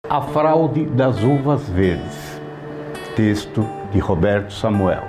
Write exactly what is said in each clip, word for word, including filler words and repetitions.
A fraude das uvas verdes. Texto de Roberto Samuel.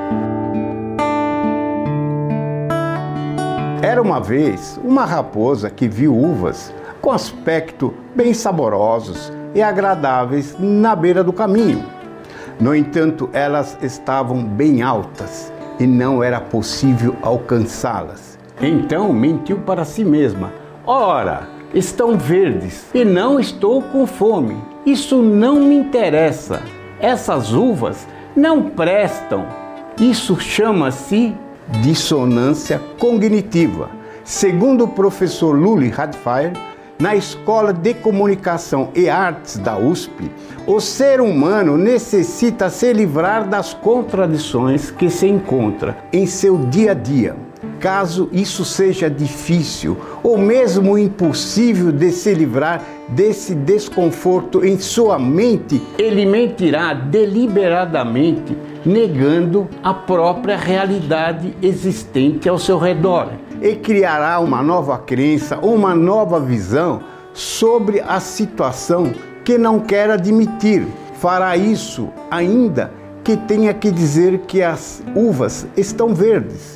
Era uma vez uma raposa que viu uvas com aspecto bem saborosos e agradáveis na beira do caminho. No entanto, elas estavam bem altas e não era possível alcançá-las. Então mentiu para si mesma: ora, estão verdes e não estou com fome. Isso não me interessa. Essas uvas não prestam. Isso chama-se dissonância cognitiva. Segundo o professor Lully Radfire, na Escola de Comunicação e Artes da U S P, o ser humano necessita se livrar das contradições que se encontra em seu dia a dia. Caso isso seja difícil ou mesmo impossível de se livrar desse desconforto em sua mente, ele mentirá deliberadamente, negando a própria realidade existente ao seu redor, e criará uma nova crença, uma nova visão sobre a situação que não quer admitir. Fará isso ainda que tenha que dizer que as uvas estão verdes,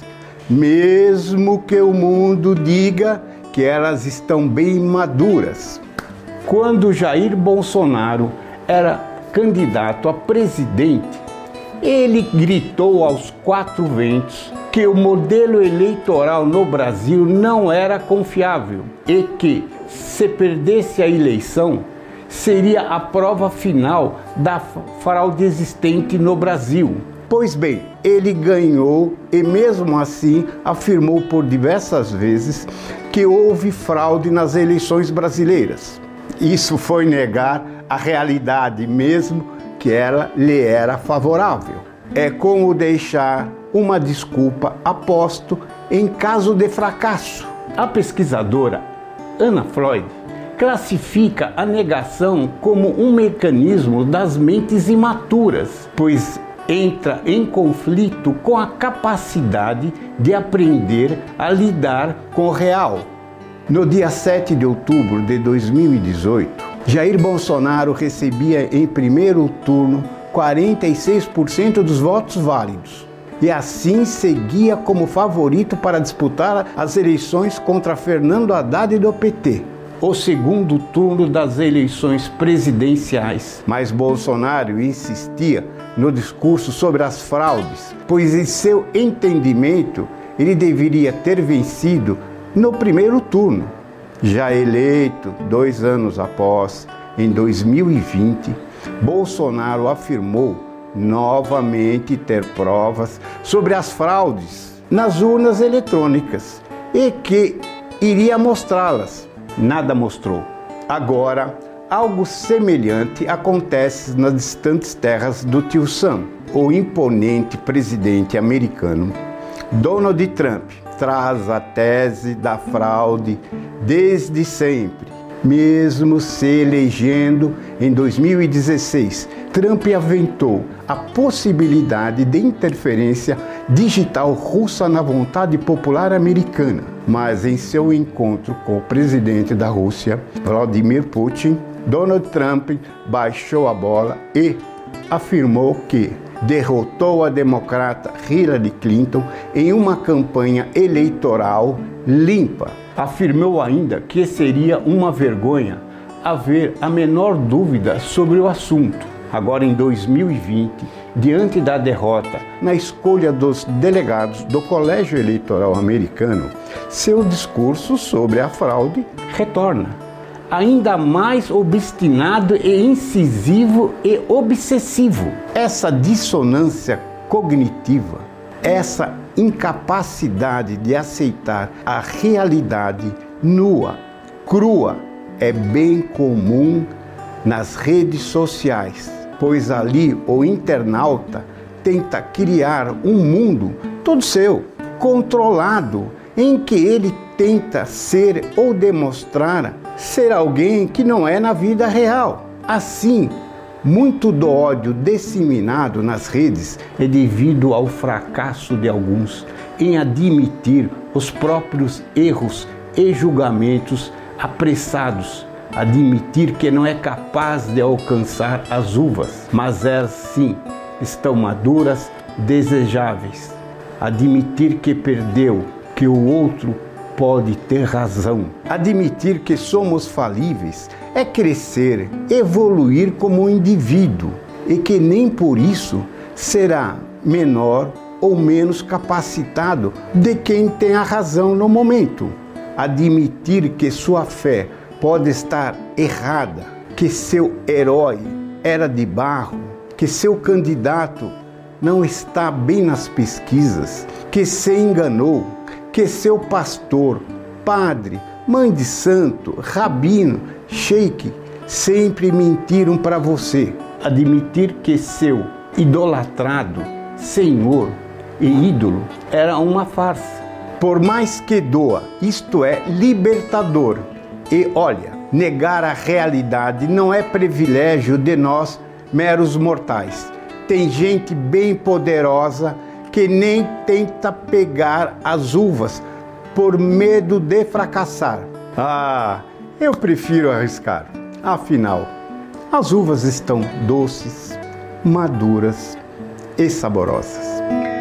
mesmo que o mundo diga que elas estão bem maduras. Quando Jair Bolsonaro era candidato a presidente, ele gritou aos quatro ventos que o modelo eleitoral no Brasil não era confiável e que, se perdesse a eleição, seria a prova final da fraude existente no Brasil. Pois bem, ele ganhou e mesmo assim afirmou por diversas vezes que houve fraude nas eleições brasileiras. Isso foi negar a realidade mesmo que ela lhe era favorável. É como deixar uma desculpa aposto em caso de fracasso. A pesquisadora Ana Freud classifica a negação como um mecanismo das mentes imaturas, pois entra em conflito com a capacidade de aprender a lidar com o real. No dia sete de outubro de dois mil e dezoito, Jair Bolsonaro recebia em primeiro turno quarenta e seis por cento dos votos válidos e assim seguia como favorito para disputar as eleições contra Fernando Haddad do P T, o segundo turno das eleições presidenciais. Mas Bolsonaro insistia no discurso sobre as fraudes, pois em seu entendimento ele deveria ter vencido no primeiro turno. Já eleito dois anos após, em dois mil e vinte, Bolsonaro afirmou novamente ter provas sobre as fraudes nas urnas eletrônicas e que iria mostrá-las. Nada mostrou. Agora, algo semelhante acontece nas distantes terras do tio Sam. O imponente presidente americano Donald Trump traz a tese da fraude desde sempre. Mesmo se elegendo em dois mil e dezesseis, Trump aventou a possibilidade de interferência digital russa na vontade popular americana. Mas em seu encontro com o presidente da Rússia, Vladimir Putin, Donald Trump baixou a bola e afirmou que derrotou a democrata Hillary Clinton em uma campanha eleitoral limpa. Afirmou ainda que seria uma vergonha haver a menor dúvida sobre o assunto. Agora, em dois mil e vinte, diante da derrota na escolha dos delegados do Colégio Eleitoral americano, seu discurso sobre a fraude retorna, ainda mais obstinado e incisivo e obsessivo. Essa dissonância cognitiva, essa incapacidade de aceitar a realidade nua, crua, é bem comum nas redes sociais, pois ali o internauta tenta criar um mundo todo seu, controlado, em que ele tenta ser ou demonstrar ser alguém que não é na vida real. Assim, muito do ódio disseminado nas redes é devido ao fracasso de alguns em admitir os próprios erros e julgamentos apressados, Admitir que não é capaz de alcançar as uvas, mas elas sim estão maduras, desejáveis. Admitir que perdeu, que o outro pode ter razão. Admitir que somos falíveis é crescer, evoluir como indivíduo e que nem por isso será menor ou menos capacitado de quem tem a razão no momento. Admitir que sua fé pode estar errada, que seu herói era de barro, que seu candidato não está bem nas pesquisas, que se enganou, que seu pastor, padre, mãe de santo, rabino, sheik, sempre mentiram para você. Admitir que seu idolatrado senhor e ídolo era uma farsa. Por mais que doa, isto é libertador. E olha, negar a realidade não é privilégio de nós meros mortais. Tem gente bem poderosa que nem tenta pegar as uvas por medo de fracassar. Ah, eu prefiro arriscar. Afinal, as uvas estão doces, maduras e saborosas.